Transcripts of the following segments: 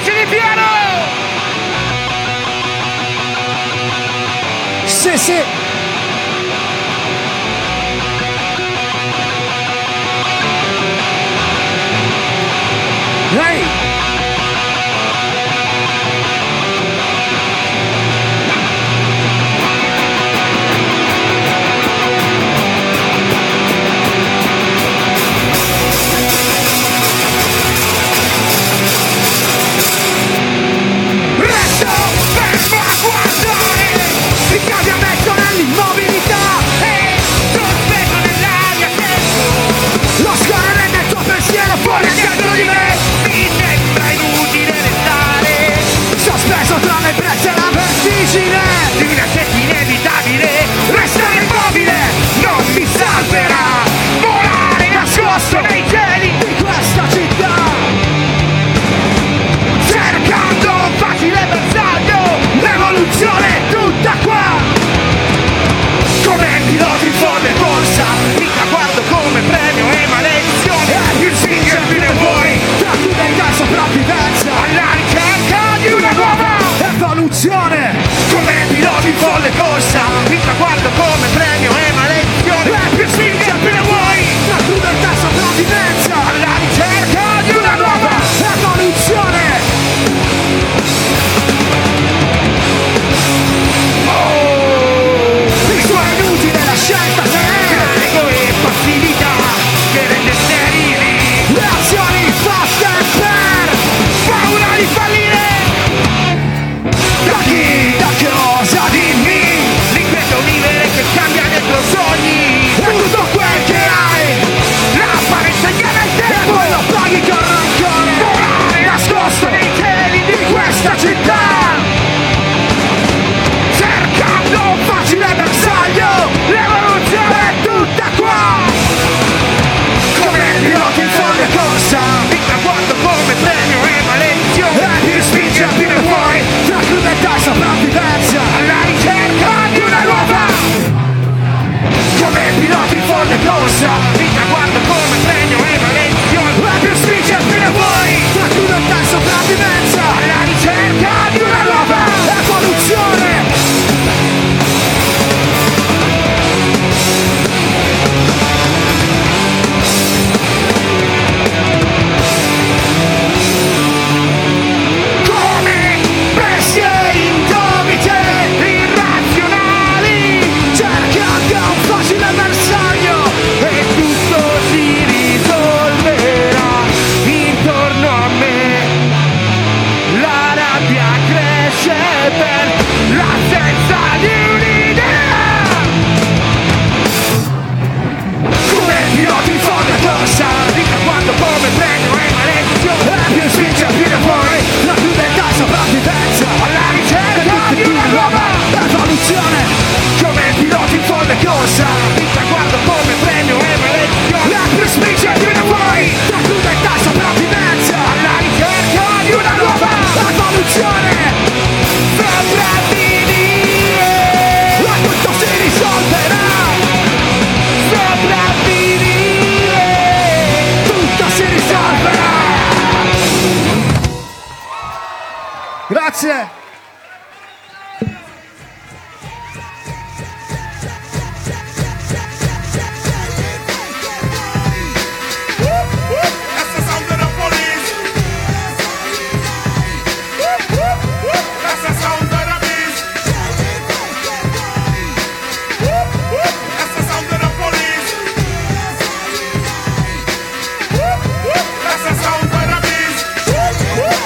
amici di Piero! Sì. Ehi! Resto fermo a guardare il cambiamento nell'immobilità e sospeso nell'aria tempo. Lo scorrere nel tuo pensiero fuori dentro di me. Mi sembra inutile restare Sospeso tra le brezze e la vertigine di una sete inevitabile. Restare immobile non mi salverà. Volare nascosto nei cieli di questa città. cercando un facile bersaglio. L'evoluzione è tutta qua. Come piloti fuori corsa, mi traguardo come premio e maledizione. Il spingermi ne vuoi Tra crudeltà e sopravvivenza. alla ricerca di una nuova. Evoluzione. Come piloti fuori corsa, mi traguardo come premio e maledizione. Il spingermi ne vuoi Tra crudeltà e sopravvivenza. alla ricerca di una nuova. Evoluzione. Mi suona inutile la scelta se Ego e passività che rende sterili. le azioni fatte per Paura di fallire. da chi, da che osa dimmi. Ripeto vivere che cambia dentro sogni. È tutto quel che hai L'apparenza ingana il e tempo. poi lo paghi con rancore. Volare nascosto nei cieli di questa città. Cercando un facile bersaglio. L'evoluzione è tutta qua. Come piloti in folle corsa. Mi traguardo come premio e maledizione. E mi spingerti ne fuori. Tra crudeltà e sopravvivenza. Alla ricerca di una nuova. Come piloti in folle corsa. Mi traguardo come premio e maledizione. E mi spingerti ne fuori. Tra crudeltà e sopravvivenza. Alla ricerca di una nuova. Evoluzione. Come bestie indomite, irrazionali. Cercando un facile bersaglio. E tutto si risolverà intorno a me. La rabbia cresce per l'assenza di un'idea. Come piloti in folle corsa. Dica quando come premio e maledizione. E mi spingerti ne fuori. Tra crudeltà e sopravvivenza. Alla ricerca di una nuova. Evoluzione. Come piloti in folle corsa. Dica quando come premio e maledizione. E mi spingerti ne fuori. Tra crudeltà e sopravvivenza. Alla ricerca di una nuova. Evoluzione. Sopravvivere. E tutto si risolverà. Sopravvivere. Tutto si risolverà. Grazie. That's the sound of the police. That's the sound of the beast. That's the sound of the police. That's the sound of the beast.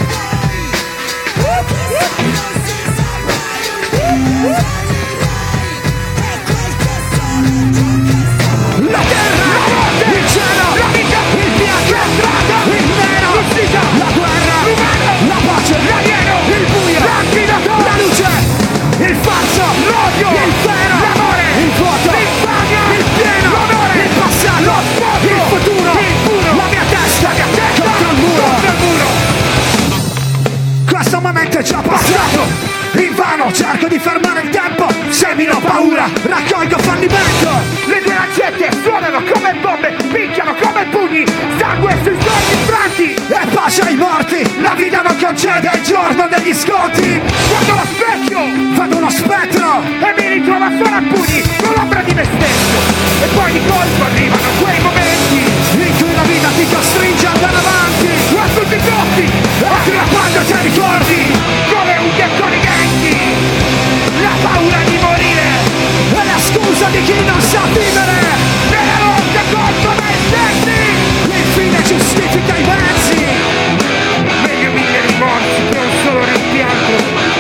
La terra, il cielo, La vita, il bianco, la strada, il nero, l'uscita, la guerra, l'umano, la pace, l'alieno, il buio, l'antidoto, la luce, il falso, l'odio, il vero, l'amore, il vuoto, l'infamia, il pieno, l'onore, il passato, lo sfogo, il futuro, il puro, la mia testa, contro il muro. contro il muro. Questo momento è già passato. Invano cerco di fermare il tempo. Semino paura, raccolgo fallimento. Le due lancette suonano come bombe, picchiano come pugni, sangue sui suoi infranti. E pace ai morti, la vita non concede succede il giorno degli sconti. Guardo lo specchio Vado uno spettro e mi ritrovo a fare a pugni con l'ombra di me stesso. E poi di colpo arrivano quei momenti in cui la vita ti costringe ad andare avanti, a tutti i costi, aggrappandoti ai ricordi. come un con i denti. La paura di morire È la scusa di chi non sa vivere. nella lotta contro me stessi. L'infine giustifica i mezzi. Meglio 1000 rimorsi che un solo rimpianto.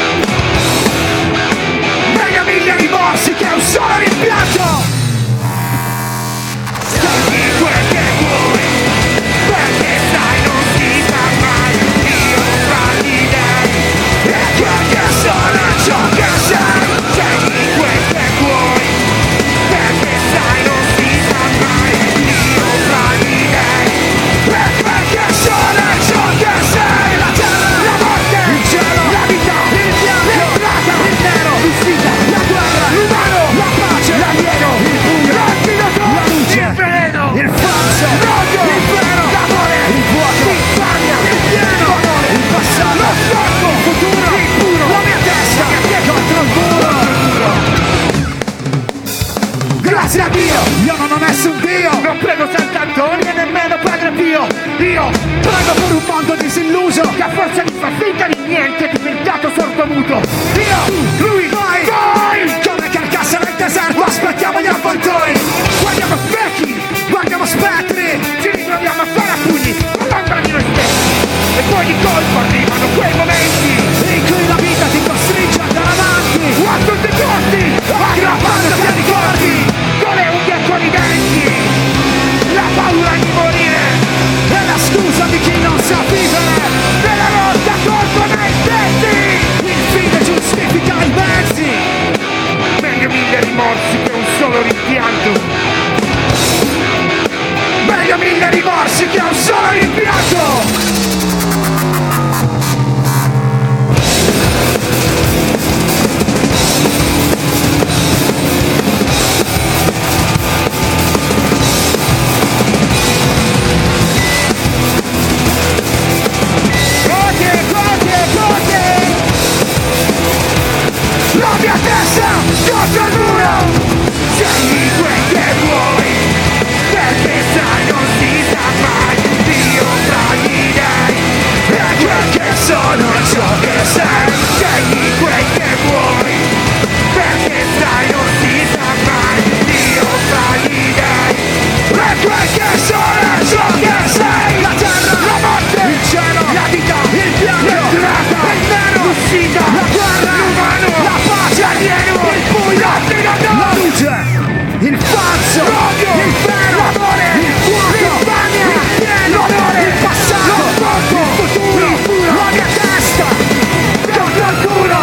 Meglio 1000 rimorsi che un solo rimpianto. Scegli quel che vuoi, perché sai non si sa mai. Io fra gli dei E quel che sono è ciò che sei. scegli quel che vuoi, perché sai non si sa mai. Io fra gli dei E quel che sono è ciò che sei. La terra, la morte, il cielo, la vita, il bianco, l'entrata, il nero, l'uscita, la guerra, l'umano, la pace, l'alieno, il buio, l'antidoto, la luce, il veleno, il falso, l'odio, il vero, l'amore, il vuoto, l'infamia, il pieno, l'onore, il passato, lo scopo, il futuro, il puro, la mia testa contro il muro. Grazie a Dio, io non ho nessun Dio. non prego Sant'Antonio e nemmeno Padre Pio. Io Prego per un mondo disilluso. che a forza di far finta di niente è diventato sordomuto. Io, lui, Noi, voi, come carcasse nel deserto, aspettiamo gli avvoltoi. guardiamo specchi, Guardiamo spettri. ci ritroviamo a fare a pugni con l'ombra di noi stessi. E poi di colpo arrivano quei momenti In cui la vita ti costringe ad andare avanti, a tutti i costi, aggrappandoti ai ricordi. con le unghie e con i denti. La paura di morire È la scusa di chi non sa vivere. nella lotta contro noi stessi. Infine giustifica i mezzi. Meglio 1000 rimorsi che un solo rimpianto. Meglio 1000 rimorsi che un solo rimpianto. La mia testa contro il muro. Scegli quel che vuoi, perché sai non si sa mai. Dio fra gli dei E quel che sono è ciò che sei. scegli quel che vuoi, perché sai non si sa mai. Dio fra gli dei E quel che sono è ciò che sei. La terra, la morte, il cielo, la vita, il bianco, l'entrata, il nero, l'uscita, la guerra, l'umano, la pace, l'alieno, il buio, l'antidoto, la luce, il falso, l'odio, il vero, l'amore, il vuoto, l'infamia, il pieno, l'onore, il passato, lo scopo, il futuro, il puro, la mia testa contro il muro.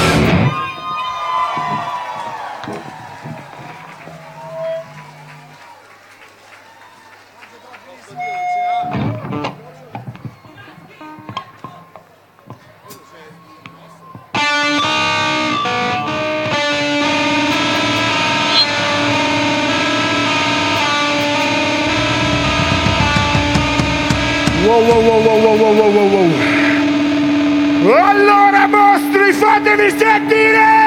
Allora mostri, fatevi sentire!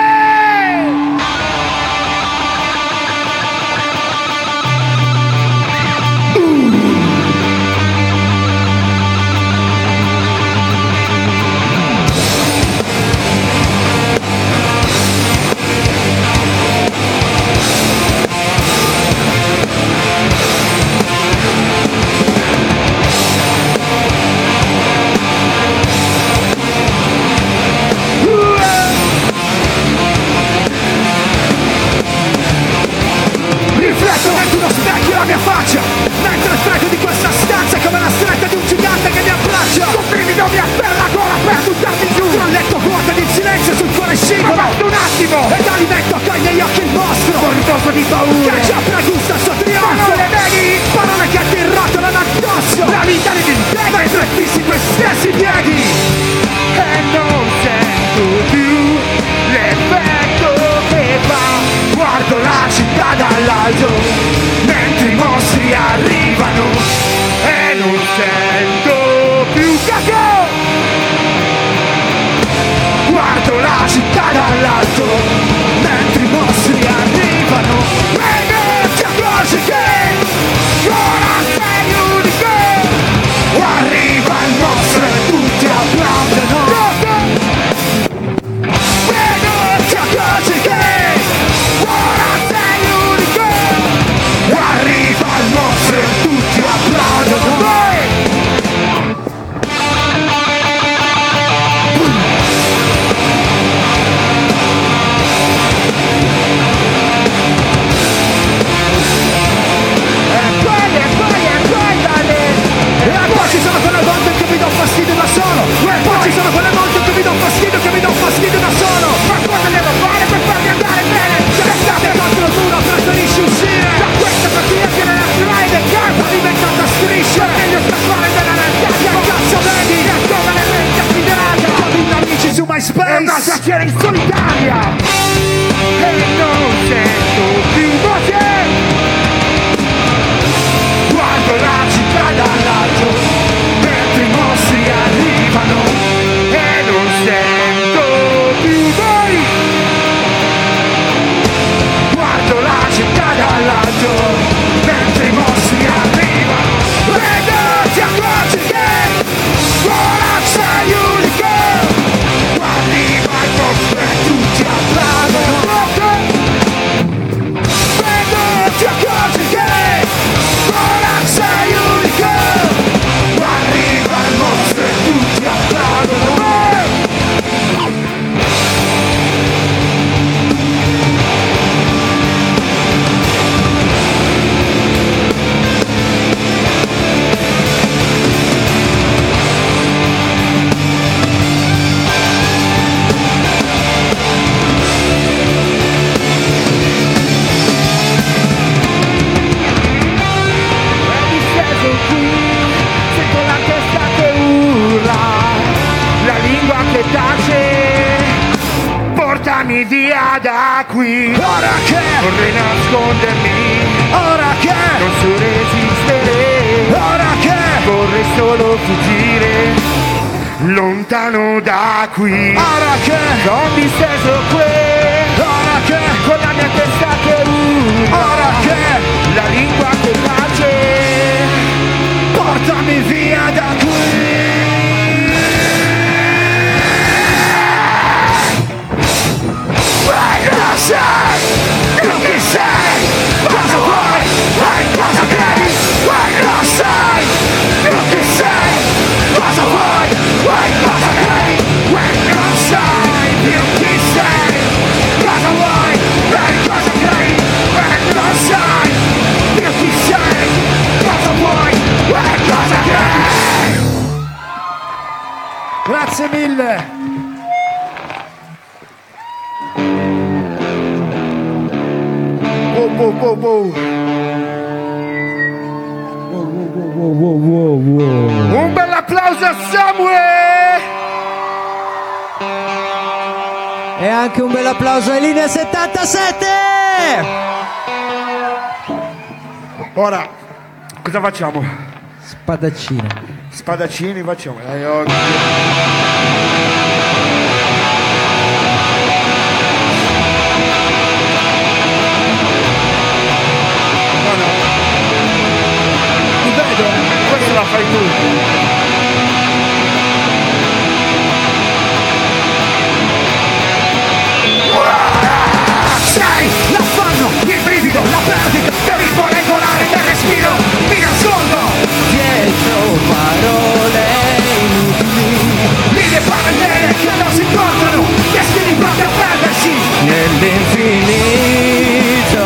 tastiera in solitaria e non sento più voce. Guardo la città dall'alto mentre i mostri arrivano e non sento più voi. Guardo la città dall'alto mentre i mostri arrivano e non ti accorgi che ora sei unico. Arriva il mostro e tutti applaudono e non ti accorgi che ora sei unico. Arriva il mostro e tutti applaudono. Portami via da qui. Ora che vorrei nascondermi, ora che non so resistere, ora che vorrei solo fuggire lontano da qui. ora che Sono disteso qui, ora che con la mia testa che urla, ora che la lingua che tace. portami via da qui. Non chi sei, cosa vuoi, cosa credi, non sai, non chi sei, cosa vuoi, cosa credi, non sai più chi sei, cosa vuoi, cosa credi, non sai più chi sei, cosa vuoi, cosa credi. Grazie mille. Un bel applauso a Samuel! E anche un bel applauso a Linea 77! Ora, cosa facciamo? Spadaccino. Spadaccini facciamo, dai, oggi. Questa la fai tu. Sei l'affanno, il brivido, la perdita, per il regolare del respiro, mi nascondo Dietro parole inutili, linee parallele che non si incontrano, destini proprio a perdersi nell'infinito.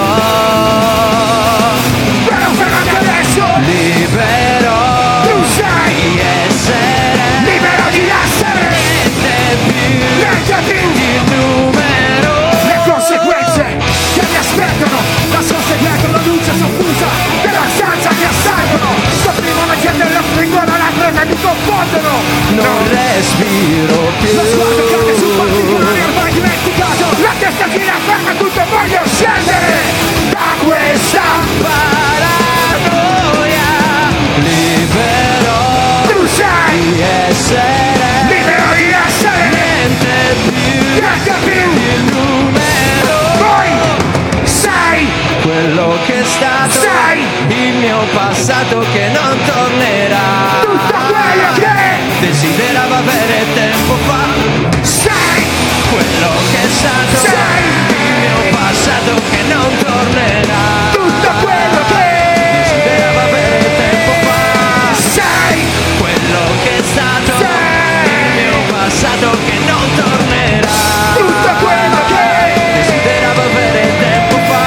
però fermati adesso, Libero tu sei di essere libero di essere niente più il numero. le conseguenze che mi aspettano, nascoste dietro la luce soffusa della stanza mi assalgono, sopprimono la gente la stringono, la presa e mi confondono, Non respiro più. lo sguardo cade sul particolare ormai dimenticato, la testa gira, ferma tutto, voglio scendere da questa Paranoia. Libero tu sei di essere libero di essere niente più il numero. poi sei Quello che è stato Sei il mio passato che non tornerà. tutto quello che Desiderava avere tempo fa. sei Quello che è stato Sei il mio passato che non tornerà. tutto quello che Desiderava avere tempo fa. sei Quello che è stato il mio passato che non tornerà. tutto quello che Desiderava avere tempo fa.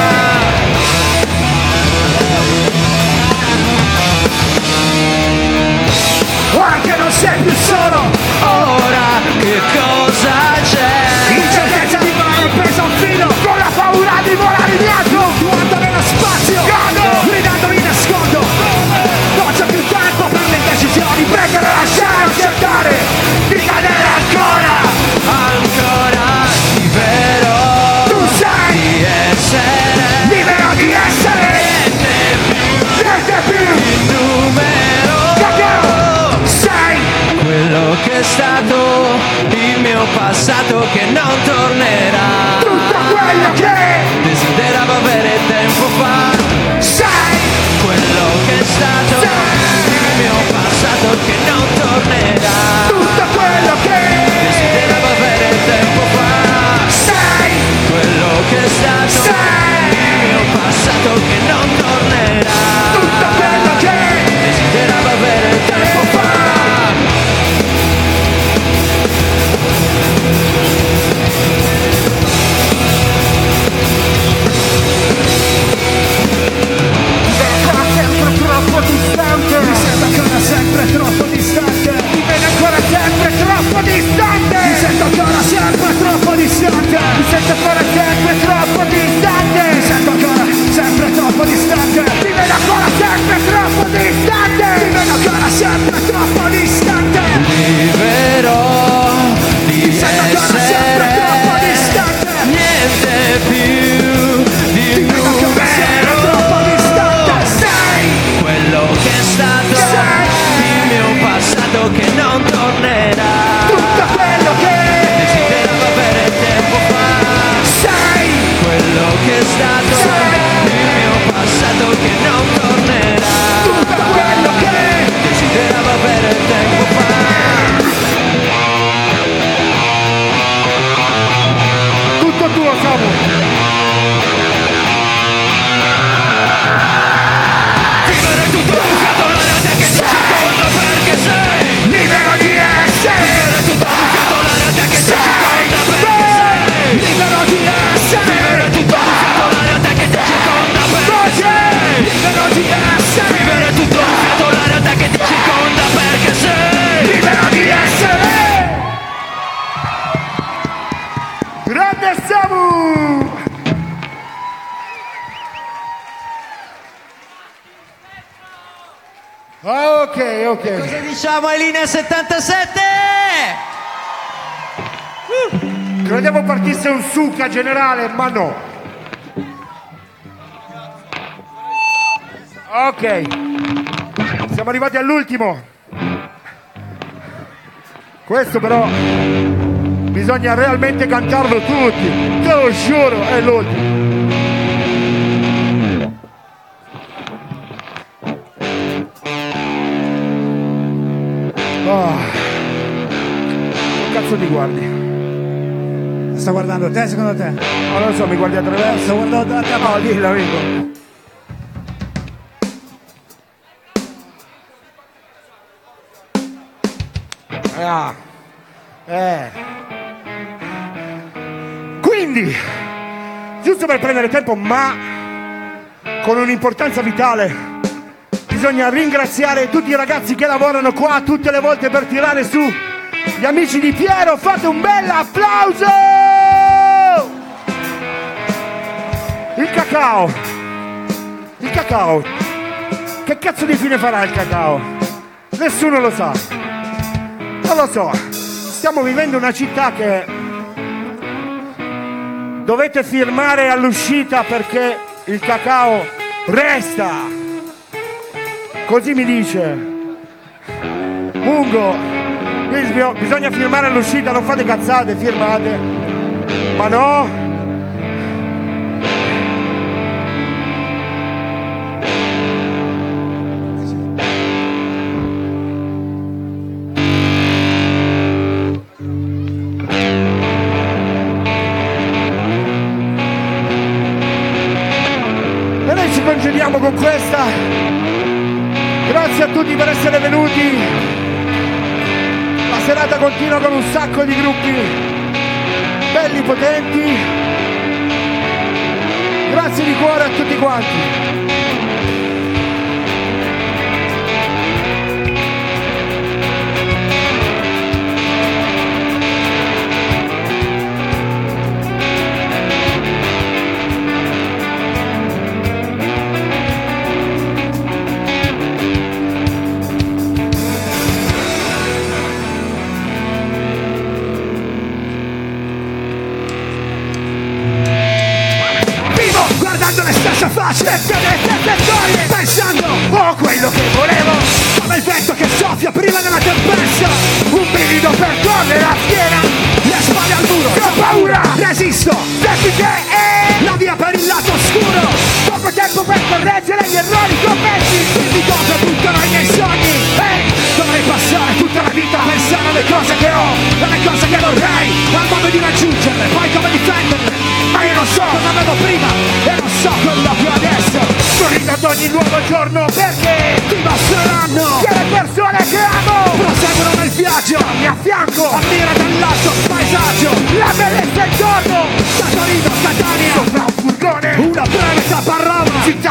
anche non sei più solo, Ora che cosa c'è? incertezza di mano presa un filo, con la paura di volare in alto, guardo nello spazio, gridando mi nascondo, non c'è più tempo per le decisioni, prendere, lasciare, accettare di cadere ancora, Ancora passato che non tornerà. Tutto quello che desideravo avere tempo fa. sei, Quello che è stato, il mio passato che non tornerà. tutto quello che Desideravo avere tempo fa. sei, Quello che è stato, sei, il mio passato che non tornerà. tutto quello che Desideravo avere tempo fa. sempre troppo distante. Mi sento ancora sempre troppo distante. Mi vedo ancora sempre troppo distante. Mi sento ancora sempre troppo distante. Mi sento ancora sempre troppo distante. Mi sento ancora sempre troppo distante. Mi vedo ancora sempre troppo distante. Mi vedo ancora sempre troppo distante. Viverò di Mi sento ancora sempre troppo essere distante. niente più di Mi vedo ancora sempre troppo distante. Sei, quello che è stato, il mio passato che non tornerà. tutto quello che Desideravo avere tempo fa. sei, Quello che è stato, il mio passato che non tornerà. tutto quello che Desideravo avere tempo fa. tutto tuo, Samu. Vivere tutto bucato nella te che ti circonda perché sei. Libero di essere, Vivere tutto bucato nella te che ti circonda perché sei. libero di essere, Vivere tutto bucato nella te che ti circonda perché sei. libero di essere, Vivere tutto bucato nella te che ti circonda perché sei. libero di essere. Grande Samu! Ok. Cosa diciamo ai linea 77? Credevo partisse un succa generale, ma no. Ok. Siamo arrivati all'ultimo. Questo però bisogna realmente cantarlo tutti. Te lo giuro, è l'ultimo. Che cazzo mi guardi? Sto guardando te, secondo te? Non lo so, mi guardi attraverso. Sto guardando da te. No, lì la vengo. Quindi, giusto per prendere tempo, ma con un'importanza vitale, bisogna ringraziare tutti i ragazzi che lavorano qua tutte le volte per tirare su gli amici di Piero. Fate un bel applauso! Il cacao, che cazzo di fine farà il cacao? Nessuno lo sa. Non lo so. Stiamo vivendo una città che dovete firmare all'uscita perché il cacao resta. Così mi dice Mungo. Bisogna firmare all'uscita, non fate cazzate, firmate. Ma no. E noi ci congediamo con questa. Grazie a tutti per essere venuti. La serata continua con un sacco di gruppi belli, potenti. Grazie di cuore a tutti quanti. Guardando le stesse facce, le stesse storie, pensando, oh quello che volevo, come il vento che soffia prima della tempesta, un brivido percorre la schiena, le spalle al muro,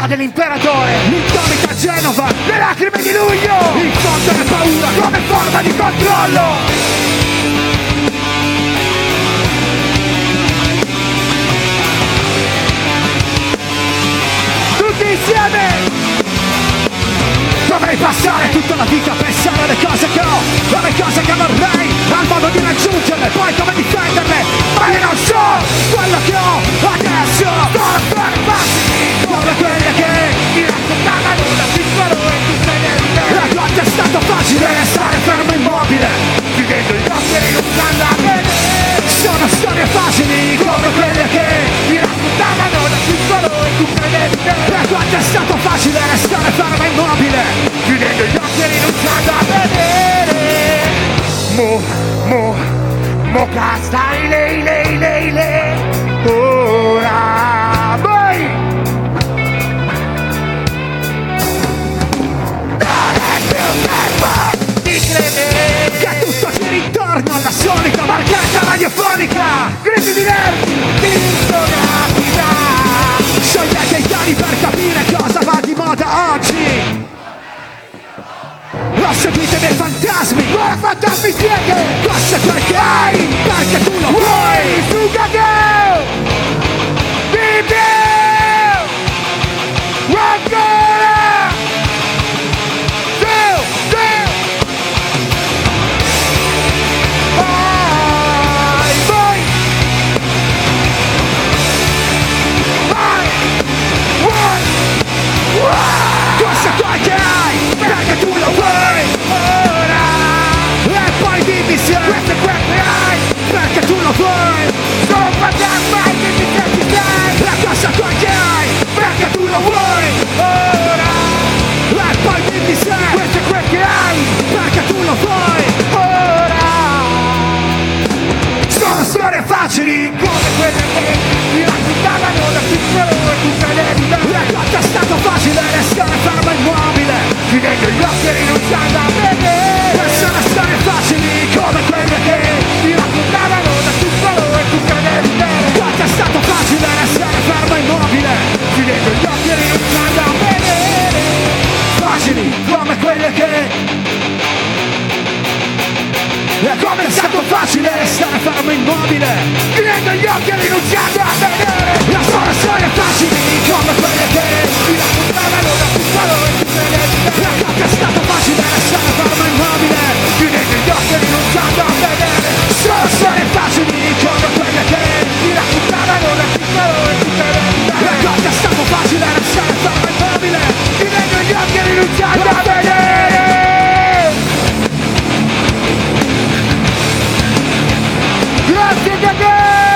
dell'imperatore, l'indomita Genova, le lacrime di luglio, infondere paura come forma di controllo. Insieme dovrei passare tutta la vita a pensare alle cose che ho, alle cose che vorrei, al modo di raggiungerle, poi come difenderle, ma io non so quello che ho adesso. Solo per passi come quelle che mi raccontavano da piccolo e tutte le vite. E quanto è stato facile restare fermo immobile, chiudendo gli occhi e rinunciando a vedere. Sono storie facili come quelle che mi raccontavano da piccolo e tu credevi te. E quanto è stato facile restare fermo immobile, chiudendo gli occhi e rinunciando a vedere. Mo castai lei. Ora voi non è più tempo di credere che tutto gira intorno alla solita marchetta radiofonica. Gridi di nervi, discografica. Sciogliete i piani per capire cosa va di moda oggi. Lo seguite dei fantasmi, ora fantasmi siete. Questo è perché hai, perché tu lo vuoi. Suga go, di più, ancora, do. Questo è quel che hai, perché tu lo vuoi ora. E poi dimmi se questo è quel che hai, perché tu lo vuoi. Sono fantasma e dimmi se ci sei. E questo è quel che hai, perché tu lo vuoi ora. E poi dimmi se questo è quel che hai, perché tu lo vuoi ora. Sono storie facili come quelle che mi raccontavano da piccolo e tu credevi te. E quanto è stato facile restare fermo immobile, chiudendo gli occhi e rinunciando a vedere. E sono storie facili come quelle che mi raccontavano da piccolo e tu credevi te. E quanto è stato facile restare fermo immobile, chiudendo gli occhi e rinunciando a vedere. Facili come quelle che... E come è stato facile restare fermo immobile, chiudendo gli occhi e rinunciando a vedere. E sono storie facili come quelle che mi raccontavano da piccolo e tu credevi te. E quanto è stato facile restare fermo immobile, chiudendo gli occhi e rinunciando a vedere. Sono storie facili come quelle che mi raccontavano da piccolo e tu credevi te. E quanto è stato facile restare fermo immobile, chiudendo gli occhi e rinunciando a vedere. Grazie a te!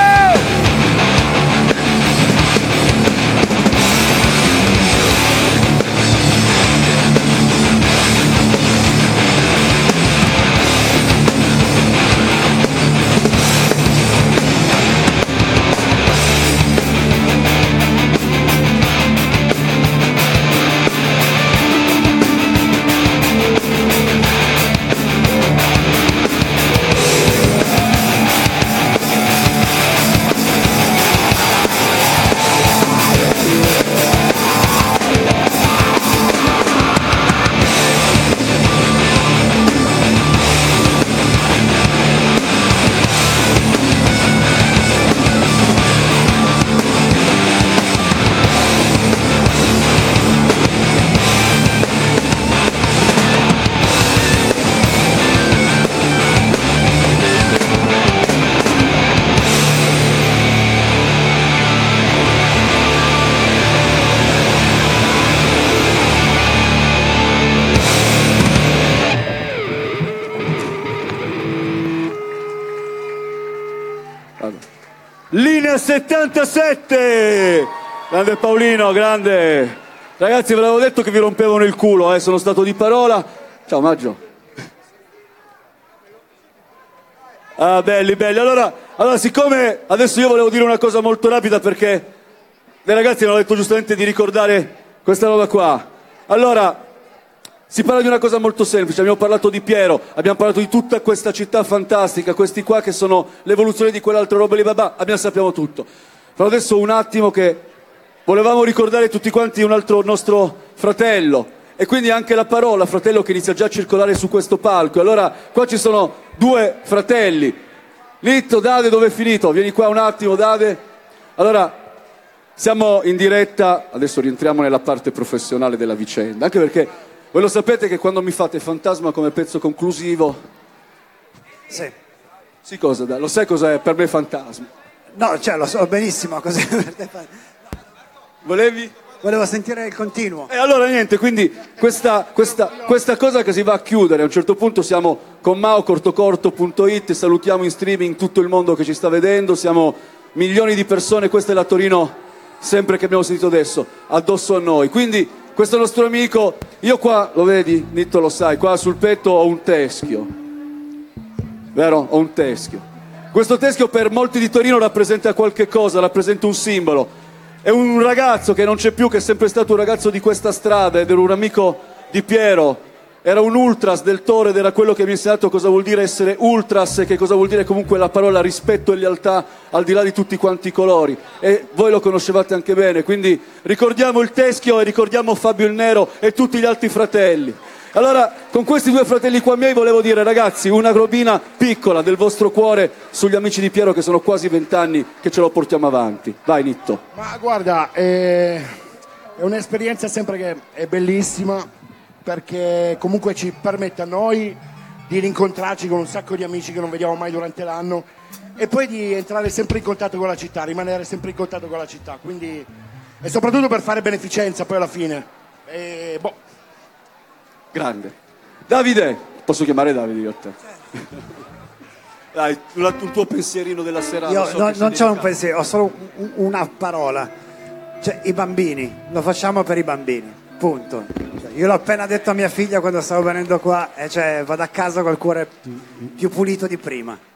Linea 77, grande Paolino, grande. Ragazzi, ve l'avevo detto che vi rompevano il culo, sono stato di parola. Ciao Maggio. Ah, belli. Allora, siccome adesso io volevo dire una cosa molto rapida, perché le ragazze mi hanno detto giustamente di ricordare questa roba qua. Allora, si parla di una cosa molto semplice, abbiamo parlato di Piero, abbiamo parlato di tutta questa città fantastica, questi qua che sono l'evoluzione di quell'altra roba lì, babà, sappiamo tutto. Però adesso un attimo che volevamo ricordare tutti quanti un altro nostro fratello, e quindi anche la parola fratello che inizia già a circolare su questo palco. Allora qua ci sono due fratelli. Litto, Dade, dove è finito? Vieni qua un attimo, Dade. Allora, siamo in diretta, adesso rientriamo nella parte professionale della vicenda, anche perché voi lo sapete che quando mi fate Fantasma come pezzo conclusivo... Sì. Sì, cosa? Lo sai cos'è per me Fantasma? No, cioè lo so benissimo cos'è per te. Volevi? Volevo sentire il continuo. E allora niente, quindi questa cosa che si va a chiudere, a un certo punto siamo con maocortocorto.it, salutiamo in streaming tutto il mondo che ci sta vedendo, siamo milioni di persone, questa è la Torino sempre che abbiamo sentito adesso, addosso a noi. Quindi questo nostro amico, io qua, lo vedi, Nitto lo sai, qua sul petto ho un teschio, vero? Ho un teschio. Questo teschio per molti di Torino rappresenta qualche cosa, rappresenta un simbolo. È un ragazzo che non c'è più, che è sempre stato un ragazzo di questa strada ed era un amico di Piero, era un ultras del Toro ed era quello che mi ha insegnato cosa vuol dire essere ultras e che cosa vuol dire comunque la parola rispetto e lealtà al di là di tutti quanti i colori, e voi lo conoscevate anche bene, quindi ricordiamo il teschio e ricordiamo Fabio il Nero e tutti gli altri fratelli. Allora, con questi due fratelli qua miei volevo dire, ragazzi, una robina piccola del vostro cuore sugli amici di Piero che sono quasi 20 anni che ce lo portiamo avanti. Vai, Nitto. Ma guarda, è un'esperienza sempre che è bellissima, perché comunque ci permette a noi di rincontrarci con un sacco di amici che non vediamo mai durante l'anno e poi di entrare sempre in contatto con la città, rimanere sempre in contatto con la città, quindi, e soprattutto per fare beneficenza poi alla fine. Grande. Davide, posso chiamare Davide io a te? Dai, un tuo pensierino della serata. Io non c'ho un pensiero, ho solo una parola. Cioè, i bambini, lo facciamo per i bambini, punto. Cioè, io l'ho appena detto a mia figlia quando stavo venendo qua, e cioè vado a casa col cuore più pulito di prima.